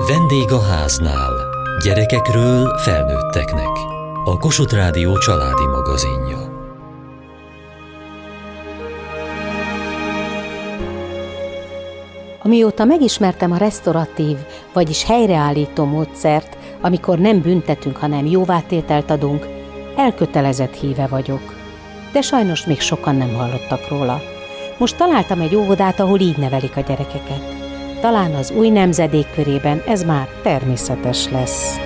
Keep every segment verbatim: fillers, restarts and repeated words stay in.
Vendég a háznál. Gyerekekről felnőtteknek. A Kossuth Rádió családi magazinja. Amióta megismertem a resztoratív, vagyis helyreállító módszert, amikor nem büntetünk, hanem jóvátételt adunk, elkötelezett híve vagyok. De sajnos még sokan nem hallottak róla. Most találtam egy óvodát, ahol így nevelik a gyerekeket. Talán az új nemzedék körében ez már természetes lesz.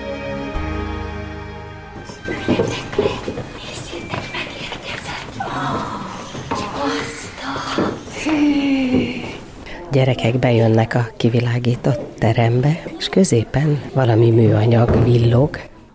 Gyerekek bejönnek a kivilágított terembe, és középen valami műanyag villog.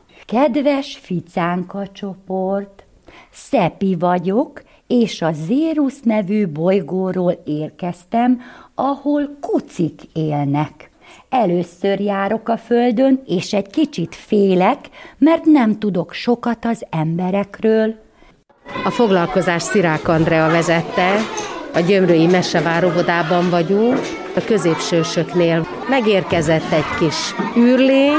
Kedves ficánka csoport, Szepi vagyok, és a Zérusz nevű bolygóról érkeztem, ahol kucik élnek. Először járok a földön, és egy kicsit félek, mert nem tudok sokat az emberekről. A foglalkozást Szirák Andrea vezette, a gyömrői Mesevár óvodában vagyunk, a középsősöknél megérkezett egy kis űrlény.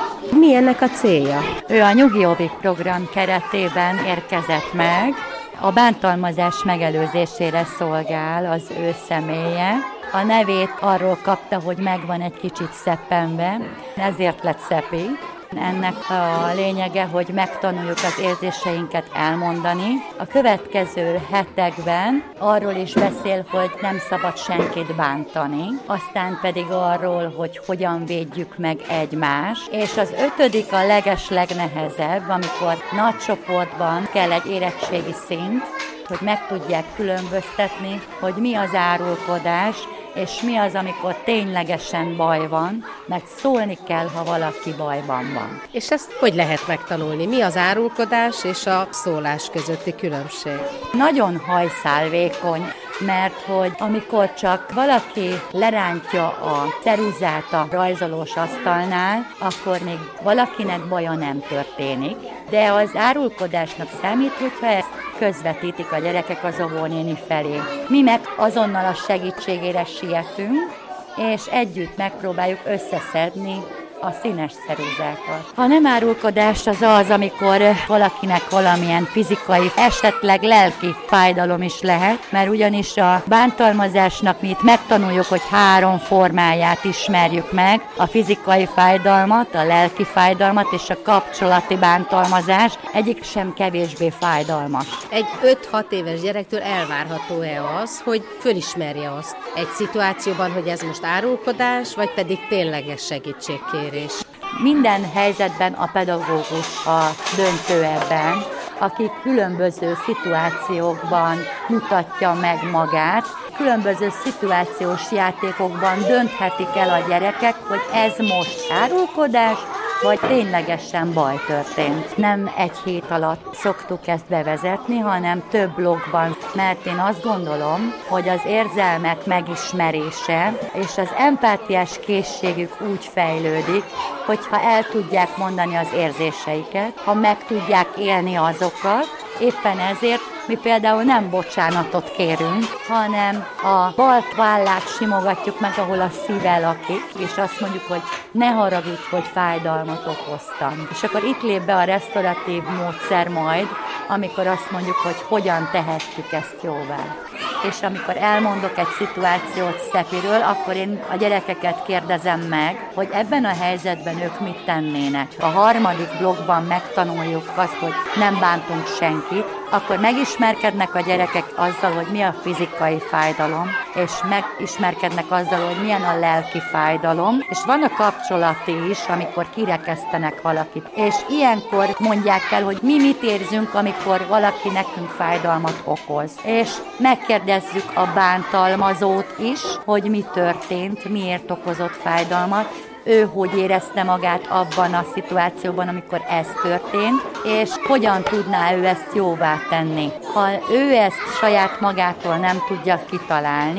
Mi ennek a célja? Ő a Nyugi Óvi program keretében érkezett meg. A bántalmazás megelőzésére szolgál az ő személye. A nevét arról kapta, hogy megvan egy kicsit szeppenve, ezért lett Szepi. Ennek a lényege, hogy megtanuljuk az érzéseinket elmondani. A következő hetekben arról is beszél, hogy nem szabad senkit bántani, aztán pedig arról, hogy hogyan védjük meg egymást, és az ötödik a leges legnehezebb, amikor nagy csoportban kell egy érettségi szint, hogy meg tudják különböztetni, hogy mi az árulkodás, és mi az, amikor ténylegesen baj van, mert szólni kell, ha valaki bajban van. És ezt hogy lehet megtanulni? Mi az árulkodás és a szólás közötti különbség? Nagyon hajszálvékony, mert hogy amikor csak valaki lerántja a ceruzát a rajzolós asztalnál, akkor még valakinek baja nem történik. De az árulkodásnak számít, hogyha ezt közvetítik a gyerekek az óvónéni felé. Mi meg azonnal a segítségére sietünk, és együtt megpróbáljuk összeszedni a színes ceruzákat. A nem árulkodás az az, amikor valakinek valamilyen fizikai, esetleg lelki fájdalom is lehet, mert ugyanis a bántalmazásnak mi itt megtanuljuk, hogy három formáját ismerjük meg, a fizikai fájdalmat, a lelki fájdalmat és a kapcsolati bántalmazást, egyik sem kevésbé fájdalmas. Egy öt-hat éves gyerektől elvárható-e az, hogy fölismerje azt egy szituációban, hogy ez most árulkodás, vagy pedig tényleges segítségkérés? Minden helyzetben a pedagógus a döntő ebben, aki különböző szituációkban mutatja meg magát, különböző szituációs játékokban dönthetik el a gyerekek, hogy ez most árulkodás, vagy ténylegesen baj történt. Nem egy hét alatt szoktuk ezt bevezetni, hanem több blogban, mert én azt gondolom, hogy az érzelmek megismerése és az empátiás készségük úgy fejlődik, hogyha el tudják mondani az érzéseiket, ha meg tudják élni azokat. Éppen ezért mi például nem bocsánatot kérünk, hanem a bal vállát simogatjuk meg, ahol a szíve lakik, és azt mondjuk, hogy ne haragudj, hogy fájdalmat okoztam. És akkor itt lép be a resztoratív módszer majd, amikor azt mondjuk, hogy hogyan tehetjük ezt jóvá. És amikor elmondok egy szituációt Szepiről, akkor én a gyerekeket kérdezem meg, hogy ebben a helyzetben ők mit tennének. A harmadik blogban megtanuljuk azt, hogy nem bántunk senkit, akkor megismerkednek a gyerekek azzal, hogy mi a fizikai fájdalom, és megismerkednek azzal, hogy milyen a lelki fájdalom, és van a kapcsolati is, amikor kirekesztenek valakit. És ilyenkor mondják el, hogy mi mit érzünk, amikor valaki nekünk fájdalmat okoz. És megkérdezzük a bántalmazót is, hogy mi történt, miért okozott fájdalmat, ő hogy érezte magát abban a szituációban, amikor ez történt, és hogyan tudná ő ezt jóvá tenni. Ha ő ezt saját magától nem tudja kitalálni,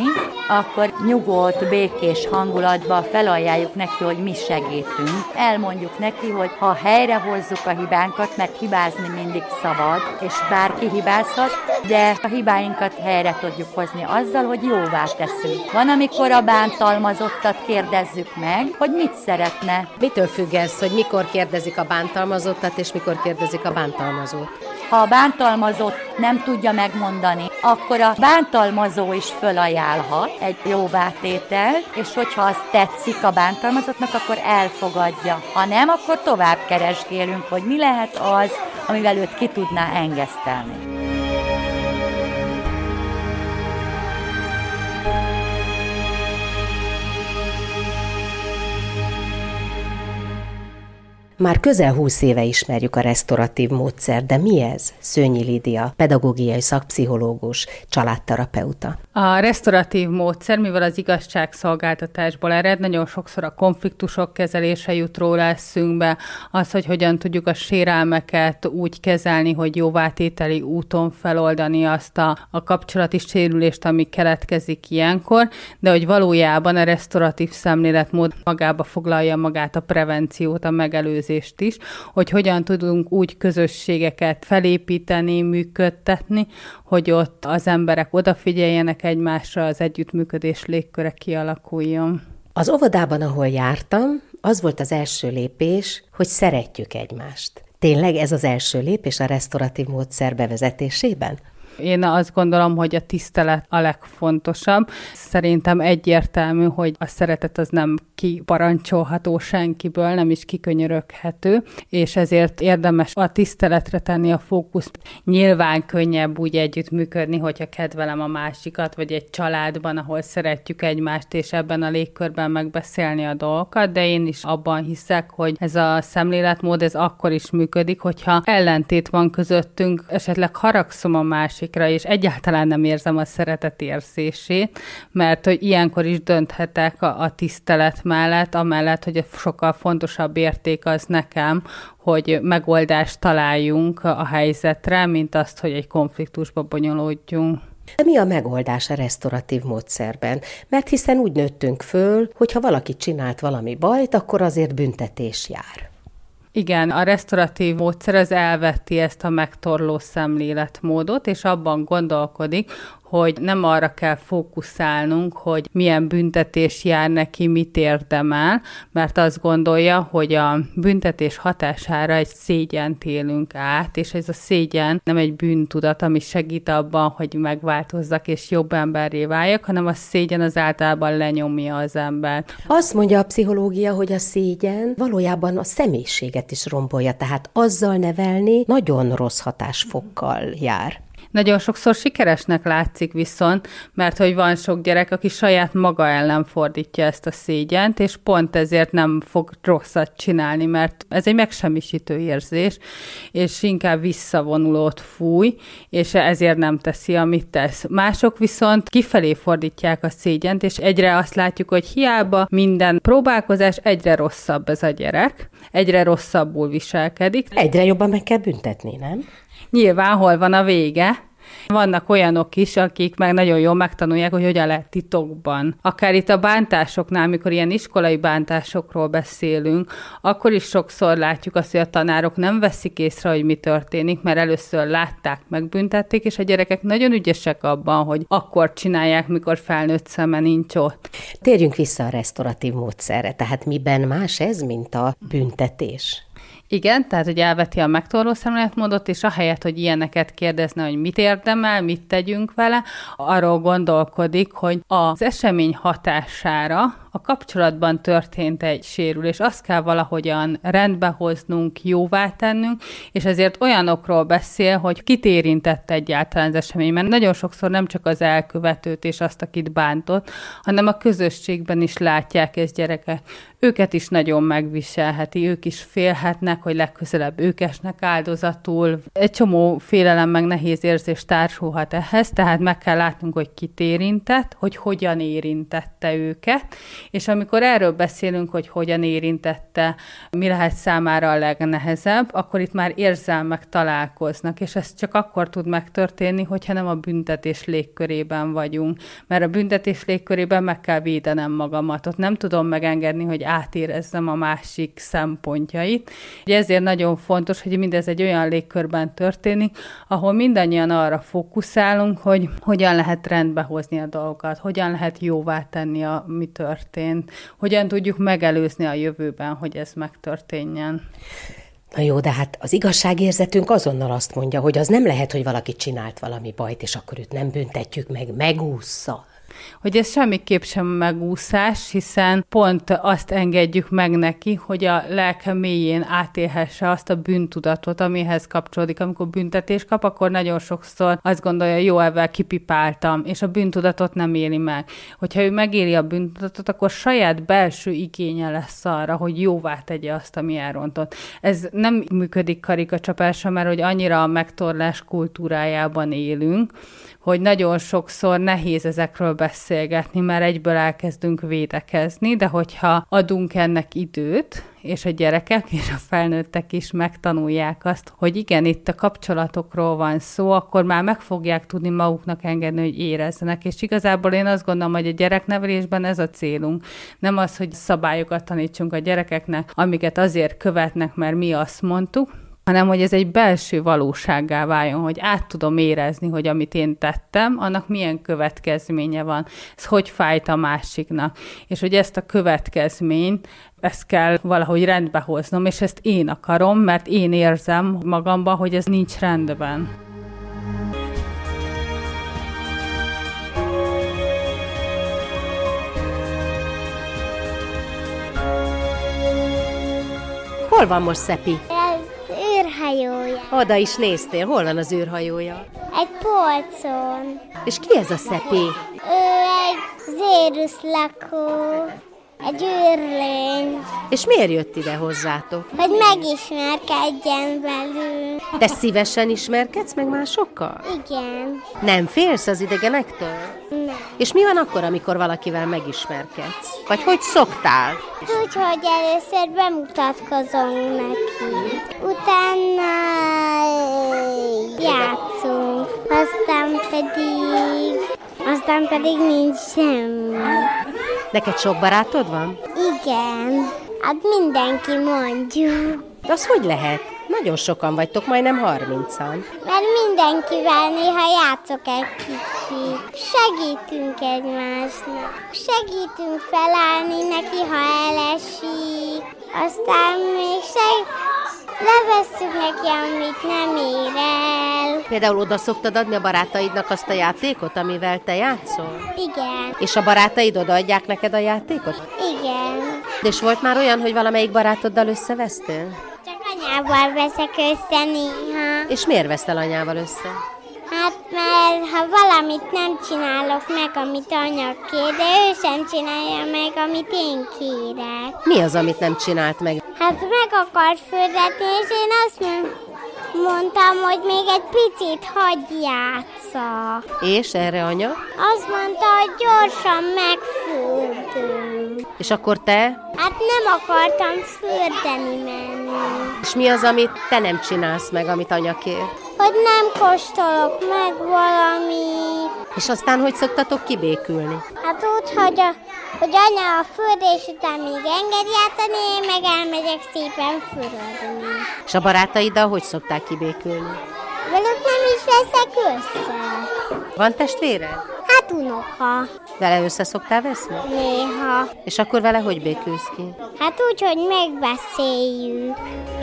akkor nyugodt, békés hangulatban felajánljuk neki, hogy mi segítünk. Elmondjuk neki, hogy ha helyrehozzuk a hibánkat, mert hibázni mindig szabad, és bárki hibázhat, de a hibáinkat helyre tudjuk hozni azzal, hogy jóvá teszünk. Van, amikor a bántalmazottat kérdezzük meg, hogy mit szeretne. Mitől függ ez, hogy mikor kérdezik a bántalmazottat, és mikor kérdezik a bántalmazót? Ha a bántalmazott nem tudja megmondani, akkor a bántalmazó is fölajánlhat egy jóvátételt, és hogyha az tetszik a bántalmazottnak, akkor elfogadja. Ha nem, akkor tovább keresgélünk, hogy mi lehet az, amivel őt ki tudná engesztelni. Már közel húsz éve ismerjük a resztoratív módszert, de mi ez? Szőnyi Lídia, pedagógiai szakpszichológus, családterapeuta. A resztoratív módszer, mivel az igazságszolgáltatásból ered, nagyon sokszor a konfliktusok kezelése jut róla eszünkbe, az, hogy hogyan tudjuk a sérelmeket úgy kezelni, hogy jóvátételi úton feloldani azt a, a kapcsolati sérülést, ami keletkezik ilyenkor, de hogy valójában a resztoratív szemléletmód magába foglalja magát a prevenciót, a megelőzést is, hogy hogyan tudunk úgy közösségeket felépíteni, működtetni, hogy ott az emberek odafigyeljenek egymásra, az együttműködés légköre kialakuljon. Az óvodában, ahol jártam, az volt az első lépés, hogy szeretjük egymást. Tényleg ez az első lépés a resztoratív módszer bevezetésében? Én azt gondolom, hogy a tisztelet a legfontosabb. Szerintem egyértelmű, hogy a szeretet az nem kiparancsolható senkiből, nem is kikönyöröghető, és ezért érdemes a tiszteletre tenni a fókuszt. Nyilván könnyebb úgy együttműködni, hogyha kedvelem a másikat, vagy egy családban, ahol szeretjük egymást, és ebben a légkörben megbeszélni a dolgokat, de én is abban hiszek, hogy ez a szemléletmód, ez akkor is működik, hogyha ellentét van közöttünk, esetleg haragszom a másik, és egyáltalán nem érzem a szeretet érzését, mert hogy ilyenkor is dönthetek a, a tisztelet mellett, amellett, hogy a sokkal fontosabb érték az nekem, hogy megoldást találjunk a helyzetre, mint azt, hogy egy konfliktusba bonyolódjunk. De mi a megoldás a resztoratív módszerben? Mert hiszen úgy nőttünk föl, hogy ha valaki csinált valami bajt, akkor azért büntetés jár. Igen, a resztoratív módszer az elvetti ezt a megtorló szemléletmódot, és abban gondolkodik, hogy nem arra kell fókuszálnunk, hogy milyen büntetés jár neki, mit érdemel, mert azt gondolja, hogy a büntetés hatására egy szégyent élünk át, és ez a szégyen nem egy bűntudat, ami segít abban, hogy megváltozzak és jobb emberré váljak, hanem a szégyen az általában lenyomja az embert. Azt mondja a pszichológia, hogy a szégyen valójában a személyiséget is rombolja, tehát azzal nevelni nagyon rossz hatásfokkal jár. Nagyon sokszor sikeresnek látszik viszont, mert hogy van sok gyerek, aki saját maga ellen fordítja ezt a szégyent, és pont ezért nem fog rosszat csinálni, mert ez egy megsemmisítő érzés, és inkább visszavonulót fúj, és ezért nem teszi, amit tesz. Mások viszont kifelé fordítják a szégyent, és egyre azt látjuk, hogy hiába minden próbálkozás, egyre rosszabb ez a gyerek, egyre rosszabbul viselkedik. Egyre jobban meg kell büntetni, nem? Nyilván hol van a vége. Vannak olyanok is, akik meg nagyon jól megtanulják, hogy hogyan lehet titokban. Akár itt a bántásoknál, amikor ilyen iskolai bántásokról beszélünk, akkor is sokszor látjuk azt, hogy a tanárok nem veszik észre, hogy mi történik, mert először látták, megbüntették, és a gyerekek nagyon ügyesek abban, hogy akkor csinálják, mikor felnőtt szeme nincs ott. Térjünk vissza a resztoratív módszerre, tehát miben más ez, mint a büntetés? Igen, tehát, hogy elveti a megtorló szemléletmódot, és ahelyett, hogy ilyeneket kérdezne, hogy mit érdemel, mit tegyünk vele, arról gondolkodik, hogy az esemény hatására a kapcsolatban történt egy sérülés. Azt kell valahogyan rendbe hoznunk, jóvá tennünk, és ezért olyanokról beszél, hogy kit érintett egyáltalán az esemény, mert nagyon sokszor nem csak az elkövetőt és azt, akit bántott, hanem a közösségben is látják ezt gyerekek. Őket is nagyon megviselheti, ők is félhetnek félnek, hogy legközelebb ők esnek áldozatul. Egy csomó félelem meg nehéz érzés társulhat ehhez, tehát meg kell látnunk, hogy kit érintett, hogy hogyan érintette őket, és amikor erről beszélünk, hogy hogyan érintette, mi lehet számára a legnehezebb, akkor itt már érzelmek találkoznak, és ez csak akkor tud megtörténni, hogyha nem a büntetés légkörében vagyunk, mert a büntetés légkörében meg kell védenem magamat, ott nem tudom megengedni, hogy átérezzem a másik szempontjait. Ugye ezért nagyon fontos, hogy mindez egy olyan légkörben történik, ahol mindannyian arra fókuszálunk, hogy hogyan lehet rendbe hozni a dolgokat, hogyan lehet jóvá tenni, a, mi történt, hogyan tudjuk megelőzni a jövőben, hogy ez megtörténjen. Na jó, de hát az igazságérzetünk azonnal azt mondja, hogy az nem lehet, hogy valaki csinált valami bajt, és akkor őt nem büntetjük meg, megúszza. Hogy ez semmiképp sem megúszás, hiszen pont azt engedjük meg neki, hogy a lelke mélyén átélhesse azt a bűntudatot, amihez kapcsolódik. Amikor büntetés kap, akkor nagyon sokszor azt gondolja, jó, ebben kipipáltam, és a bűntudatot nem éli meg. Hogyha ő megéli a bűntudatot, akkor saját belső igénye lesz arra, hogy jóvá tegye azt, ami elrontott. Ez nem működik karikacsapásra, mert hogy annyira a megtorlás kultúrájában élünk, hogy nagyon sokszor nehéz ezekről beszélgetni, mert egyből elkezdünk védekezni, de hogyha adunk ennek időt, és a gyerekek és a felnőttek is megtanulják azt, hogy igen, itt a kapcsolatokról van szó, akkor már meg fogják tudni maguknak engedni, hogy érezzenek. És igazából én azt gondolom, hogy a gyereknevelésben ez a célunk. Nem az, hogy szabályokat tanítsunk a gyerekeknek, amiket azért követnek, mert mi azt mondtuk, hanem hogy ez egy belső valósággá váljon, hogy át tudom érezni, hogy amit én tettem, annak milyen következménye van, ez hogy fájt a másiknak, és hogy ezt a következményt, ezt kell valahogy rendbe hoznom, és ezt én akarom, mert én érzem magamban, hogy ez nincs rendben. Hol van most Szepi? Űrhajója. Oda is néztél, hol van az űrhajója? Egy polcon. És ki ez a Szepi? Ő egy Zérusz lakó, egy űrlény. És miért jött ide hozzátok? Hogy megismerkedjen velünk. Te szívesen ismerkedsz meg másokkal? Igen. Nem félsz az idegenektől? Nem. És mi van akkor, amikor valakivel megismerkedsz? Vagy hogy szoktál? Úgy, hogy először bemutatkozom neki. Utána játszunk. Aztán pedig... Aztán pedig nincs semmi. Neked sok barátod van? Igen. Hát mindenki mondjuk. De az hogy lehet? Nagyon sokan vagytok, majdnem harmincan. Mert mindenkivel néha játszok egy kicsit. Segítünk egymásnak. Segítünk felállni neki, ha elesik. Aztán még seg... levesszük neki, amit nem ér el. Például oda szoktad adni a barátaidnak azt a játékot, amivel te játszol? Igen. És a barátaid odaadják neked a játékot? Igen. És volt már olyan, hogy valamelyik barátoddal összevesztél? Csak anyával veszek össze néha. És miért veszel anyával össze? Hát mert ha valamit nem csinálok meg, amit anya kér, de ő sem csinálja meg, amit én kérek. Mi az, amit nem csinált meg? Hát meg akart fürdetni, és én azt mondtam, hogy még egy picit hagyj játsza. És erre anya? Azt mondta, hogy gyorsan megfürdünk. És akkor te? Hát nem akartam fürdeni menni. És mi az, amit te nem csinálsz meg, amit anya kér? Hogy nem kóstolok meg valamit. És aztán hogy szoktatok kibékülni? Hát úgy, hogy, a, hogy anya a fürdés után még enged játszani, én meg elmegyek szépen fürdeni. És a barátaiddal hogy szokták kibékülni? Velük nem is veszek össze. Van testvéred? Hát unoka. Vele össze szoktál veszni? Néha. És akkor vele hogy békülsz ki? Hát úgy, hogy megbeszéljük.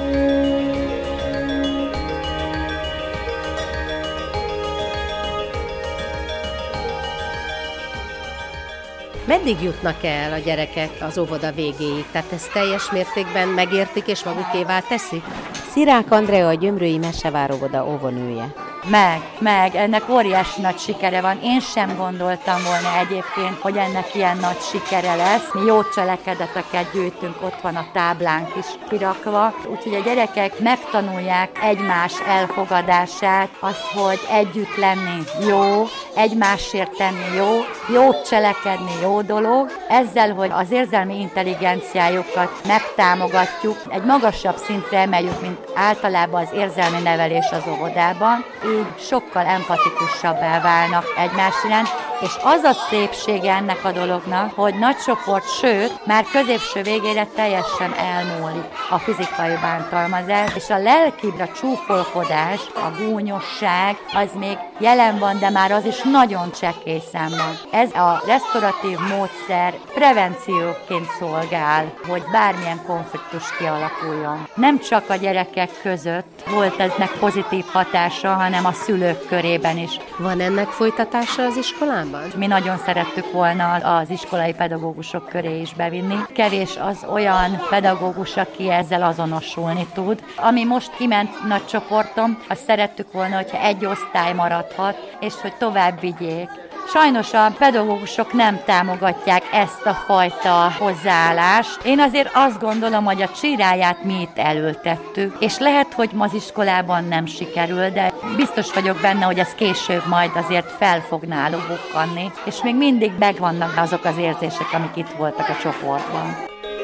Meddig jutnak el a gyerekek az óvoda végéig? Tehát ezt teljes mértékben megértik és magukévá teszik? Szirák Andrea, a Gyömrői Mesevár óvoda óvonője. Meg, meg, ennek óriási nagy sikere van. Én sem gondoltam volna egyébként, hogy ennek ilyen nagy sikere lesz. Mi jó cselekedeteket gyűjtünk, ott van a táblánk is kirakva. Úgyhogy a gyerekek megtanulják egymás elfogadását, azt, hogy együtt lenni jó, egymásért tenni jó, jót cselekedni jó dolog. Ezzel, hogy az érzelmi intelligenciájukat megtámogatjuk, egy magasabb szintre emeljük, mint általában az érzelmi nevelés az óvodában, így sokkal empatikusabbá válnak egymás iránt, és az a szépsége ennek a dolognak, hogy nagy csoport, sőt, már középső végére teljesen elmúlik a fizikai bántalmazás, és a lelkibra csúfolkodás, a gúnyosság, az még jelen van, de már az is nagyon csekély számban. Ez a resztoratív módszer prevencióként szolgál, hogy bármilyen konfliktus kialakuljon. Nem csak a gyerekek között volt eznek pozitív hatása, hanem a szülők körében is. Van ennek folytatása az iskolában? Mi nagyon szerettük volna az iskolai pedagógusok köré is bevinni. Kevés az olyan pedagógus, aki ezzel azonosulni tud. Ami most kiment nagy csoportom, azt szerettük volna, hogyha egy osztály maradhat, és hogy tovább vigyék. Sajnos a pedagógusok nem támogatják ezt a fajta hozzáállást. Én azért azt gondolom, hogy a csiráját mi itt elültettük, és lehet, hogy ma az iskolában nem sikerül, de biztos vagyok benne, hogy ez később majd azért fel fog náluk bukkanni, és még mindig megvannak azok az érzések, amik itt voltak a csoportban.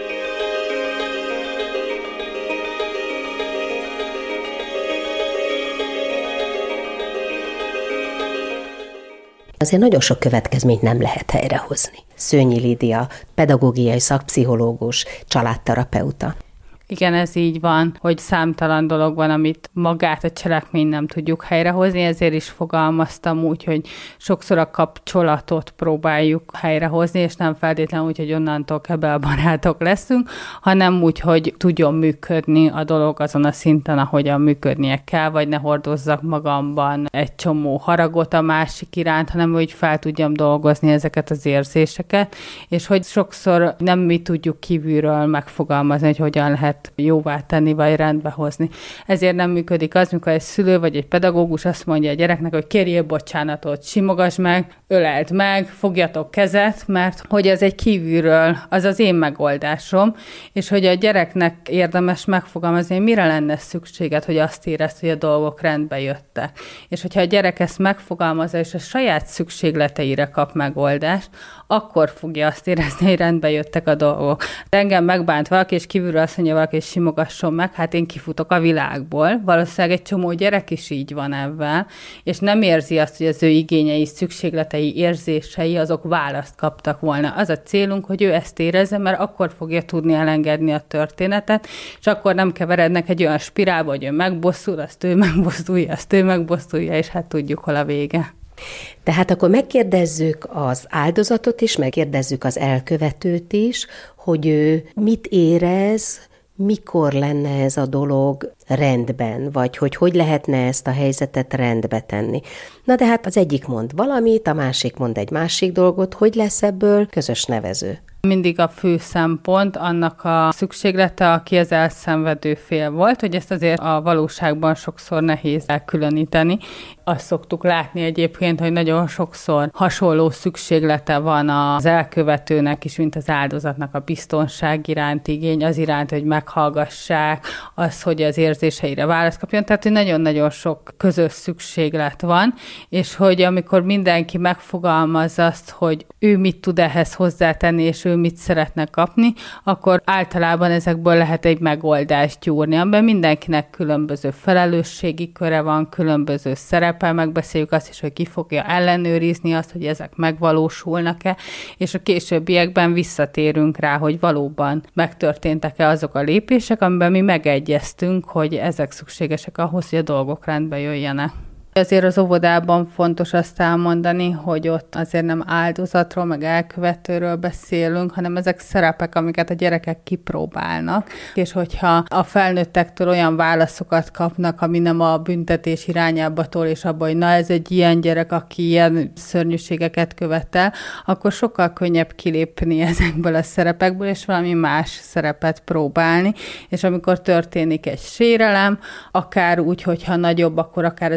Azért nagyon sok következményt nem lehet helyrehozni. Szőnyi Lídia, pedagógiai szakpszichológus, családterapeuta. Igen, ez így van, hogy számtalan dolog van, amit magát a cselekményt nem tudjuk helyrehozni, ezért is fogalmaztam úgy, hogy sokszor a kapcsolatot próbáljuk helyrehozni, és nem feltétlenül úgy, hogy onnantól kebelbarátok leszünk, hanem úgy, hogy tudjon működni a dolog azon a szinten, ahogyan működnie kell, vagy ne hordozzak magamban egy csomó haragot a másik iránt, hanem hogy fel tudjam dolgozni ezeket az érzéseket, és hogy sokszor nem mi tudjuk kívülről megfogalmazni, hogy hogyan lehet jóvá tenni, vagy rendbe hozni. Ezért nem működik az, mikor egy szülő vagy egy pedagógus azt mondja a gyereknek, hogy kérjél bocsánatot, simogass meg, öleld meg, fogjatok kezet, mert hogy ez egy kívülről, az az én megoldásom, és hogy a gyereknek érdemes megfogalmazni, hogy mire lenne szükséged, hogy azt érezd, hogy a dolgok rendbe jöttek. És hogyha a gyerek ezt megfogalmazza, és a saját szükségleteire kap megoldást, akkor fogja azt érezni, hogy rendbe jöttek a dolgok. Engem megbánt valaki, és kívülről azt mondja valaki, és simogasson meg, hát én kifutok a világból. Valószínűleg egy csomó gyerek is így van ebben, és nem érzi azt, hogy az ő igényei, szükségletei, érzései, azok választ kaptak volna. Az a célunk, hogy ő ezt érezze, mert akkor fogja tudni elengedni a történetet, és akkor nem keverednek egy olyan spirálba, hogy ő megbosszul, azt ő megbosszulja, azt ő megbosszulja, és hát tudjuk, hol a vége. Tehát akkor megkérdezzük az áldozatot is, megkérdezzük az elkövetőt is, hogy ő mit érez, mikor lenne ez a dolog rendben, vagy hogy hogy lehetne ezt a helyzetet rendbe tenni. Na de hát az egyik mond valamit, a másik mond egy másik dolgot, hogy lesz ebből közös nevező? Mindig a fő szempont annak a szükséglete, aki az elszenvedő fél volt, hogy ezt azért a valóságban sokszor nehéz elkülöníteni. Azt szoktuk látni egyébként, hogy nagyon sokszor hasonló szükséglete van az elkövetőnek is, mint az áldozatnak, a biztonság iránt igény, az iránt, hogy meghallgassák, az, hogy az érzéseire választ kapjon. Tehát, hogy nagyon-nagyon sok közös szükséglet van, és hogy amikor mindenki megfogalmazza azt, hogy ő mit tud ehhez hozzátenni, és ő mit szeretne kapni, akkor általában ezekből lehet egy megoldást gyúrni, amiben mindenkinek különböző felelősségi köre van, különböző szerepel, megbeszéljük azt is, hogy ki fogja ellenőrizni azt, hogy ezek megvalósulnak-e, és a későbbiekben visszatérünk rá, hogy valóban megtörténtek-e azok a lépések, amiben mi megegyeztünk, hogy ezek szükségesek ahhoz, hogy a dolgok rendbe jöjjenek. Azért az óvodában fontos azt elmondani, hogy ott azért nem áldozatról, meg elkövetőről beszélünk, hanem ezek szerepek, amiket a gyerekek kipróbálnak, és hogyha a felnőttektől olyan válaszokat kapnak, ami nem a büntetés irányába tol, és abban, hogy na ez egy ilyen gyerek, aki ilyen szörnyűségeket követel, akkor sokkal könnyebb kilépni ezekből a szerepekből, és valami más szerepet próbálni, és amikor történik egy sérelem, akár úgy, hogyha nagyobb, akkor akár az egész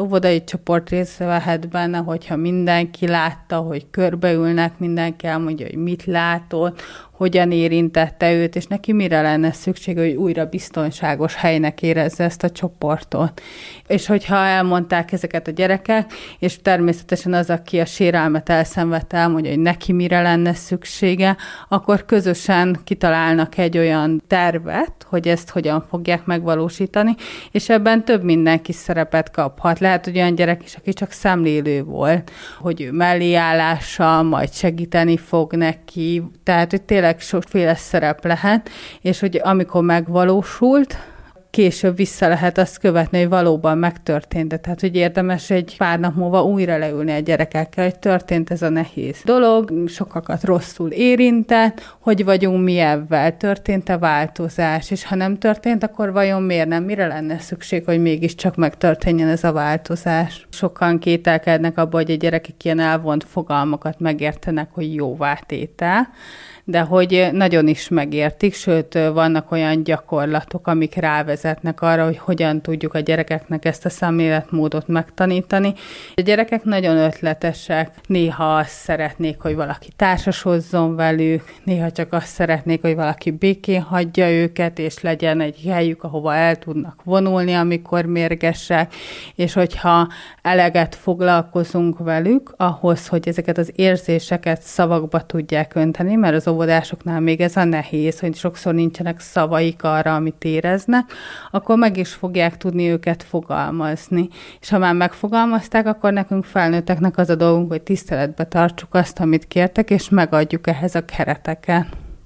óvodai csoport részt vehet benne, hogyha mindenki látta, hogy körbeülnek, mindenki elmondja, hogy mit látott, hogyan érintette őt, és neki mire lenne szüksége, hogy újra biztonságos helynek érezze ezt a csoportot. És hogyha elmondták ezeket a gyerekek, és természetesen az, aki a sérelmet elszenvedte, elmondja, hogy neki mire lenne szüksége, akkor közösen kitalálnak egy olyan tervet, hogy ezt hogyan fogják megvalósítani, és ebben több mindenki szerepet kaphat. Lehet, hogy olyan gyerek is, aki csak szemlélő volt, hogy ő melléállással majd segíteni fog neki, tehát, hogy tényleg sokféle szerep lehet, és hogy amikor megvalósult, később vissza lehet azt követni, hogy valóban megtörtént. De tehát, hogy érdemes egy pár nap múlva újra leülni a gyerekekkel, hogy történt ez a nehéz dolog, sokakat rosszul érintett, hogy vagyunk mi ebben, történt-e változás, és ha nem történt, akkor vajon miért nem? Mire lenne szükség, hogy mégiscsak megtörténjen ez a változás? Sokan kételkednek abban, hogy a gyerekek ilyen elvont fogalmakat megértenek, hogy jóvátétel, de hogy nagyon is megértik, sőt, vannak olyan gyakorlatok, amik rávezetnek arra, hogy hogyan tudjuk a gyerekeknek ezt a szemléletmódot megtanítani. A gyerekek nagyon ötletesek, néha azt szeretnék, hogy valaki társasozzon velük, néha csak azt szeretnék, hogy valaki békén hagyja őket, és legyen egy helyük, ahova el tudnak vonulni, amikor mérgesek, és hogyha eleget foglalkozunk velük, ahhoz, hogy ezeket az érzéseket szavakba tudják önteni, mert az óvodásoknál még ez a nehéz, hogy sokszor nincsenek szavaik arra, amit éreznek, akkor meg is fogják tudni őket fogalmazni. És ha már megfogalmazták, akkor nekünk felnőtteknek az a dolgunk, hogy tiszteletbe tartsuk azt, amit kértek, és megadjuk ehhez a kereteket.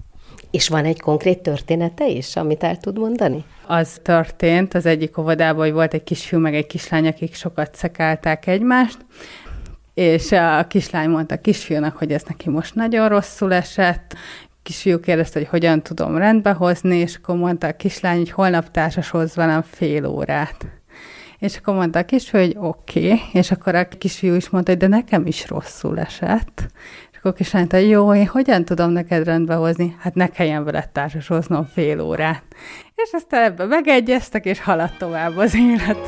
És van egy konkrét története is, amit el tud mondani? Az történt az egyik óvodában, hogy volt egy kisfiú, meg egy kislány, akik sokat szekálták egymást, és a kislány mondta a kisfiúnak, hogy ez neki most nagyon rosszul esett. A kisfiú kérdezte, hogy hogyan tudom rendbe hozni, és akkor mondta a kislány, hogy holnap társashoz velem fél órát. És akkor mondta a kisfiú, hogy oké, okay. És akkor a kisfiú is mondta, hogy de nekem is rosszul esett. És akkor a kislány mondta, jó, én hogyan tudom neked rendbe hozni? Hát ne kelljen veled társashoznom fél órát. És aztán ebben megegyeztek, és haladt tovább az élet.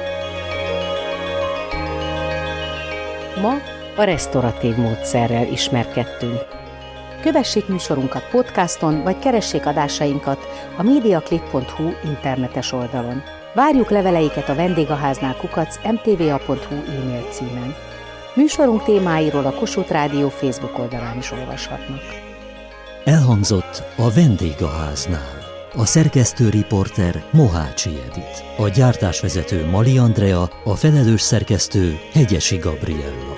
Ma a resztoratív módszerrel ismerkedtünk. Kövessék műsorunkat podcaston, vagy keressék adásainkat a mediaclick pont hu internetes oldalon. Várjuk leveleiket a vendégháznál kukac em té vé á pont hu e-mail címen. Műsorunk témáiról a Kossuth Rádió Facebook oldalán is olvashatnak. Elhangzott a Vendégháznál. A szerkesztő riporter Mohácsi Edit, a gyártásvezető Mali Andrea, a felelős szerkesztő Hegyesi Gabriella.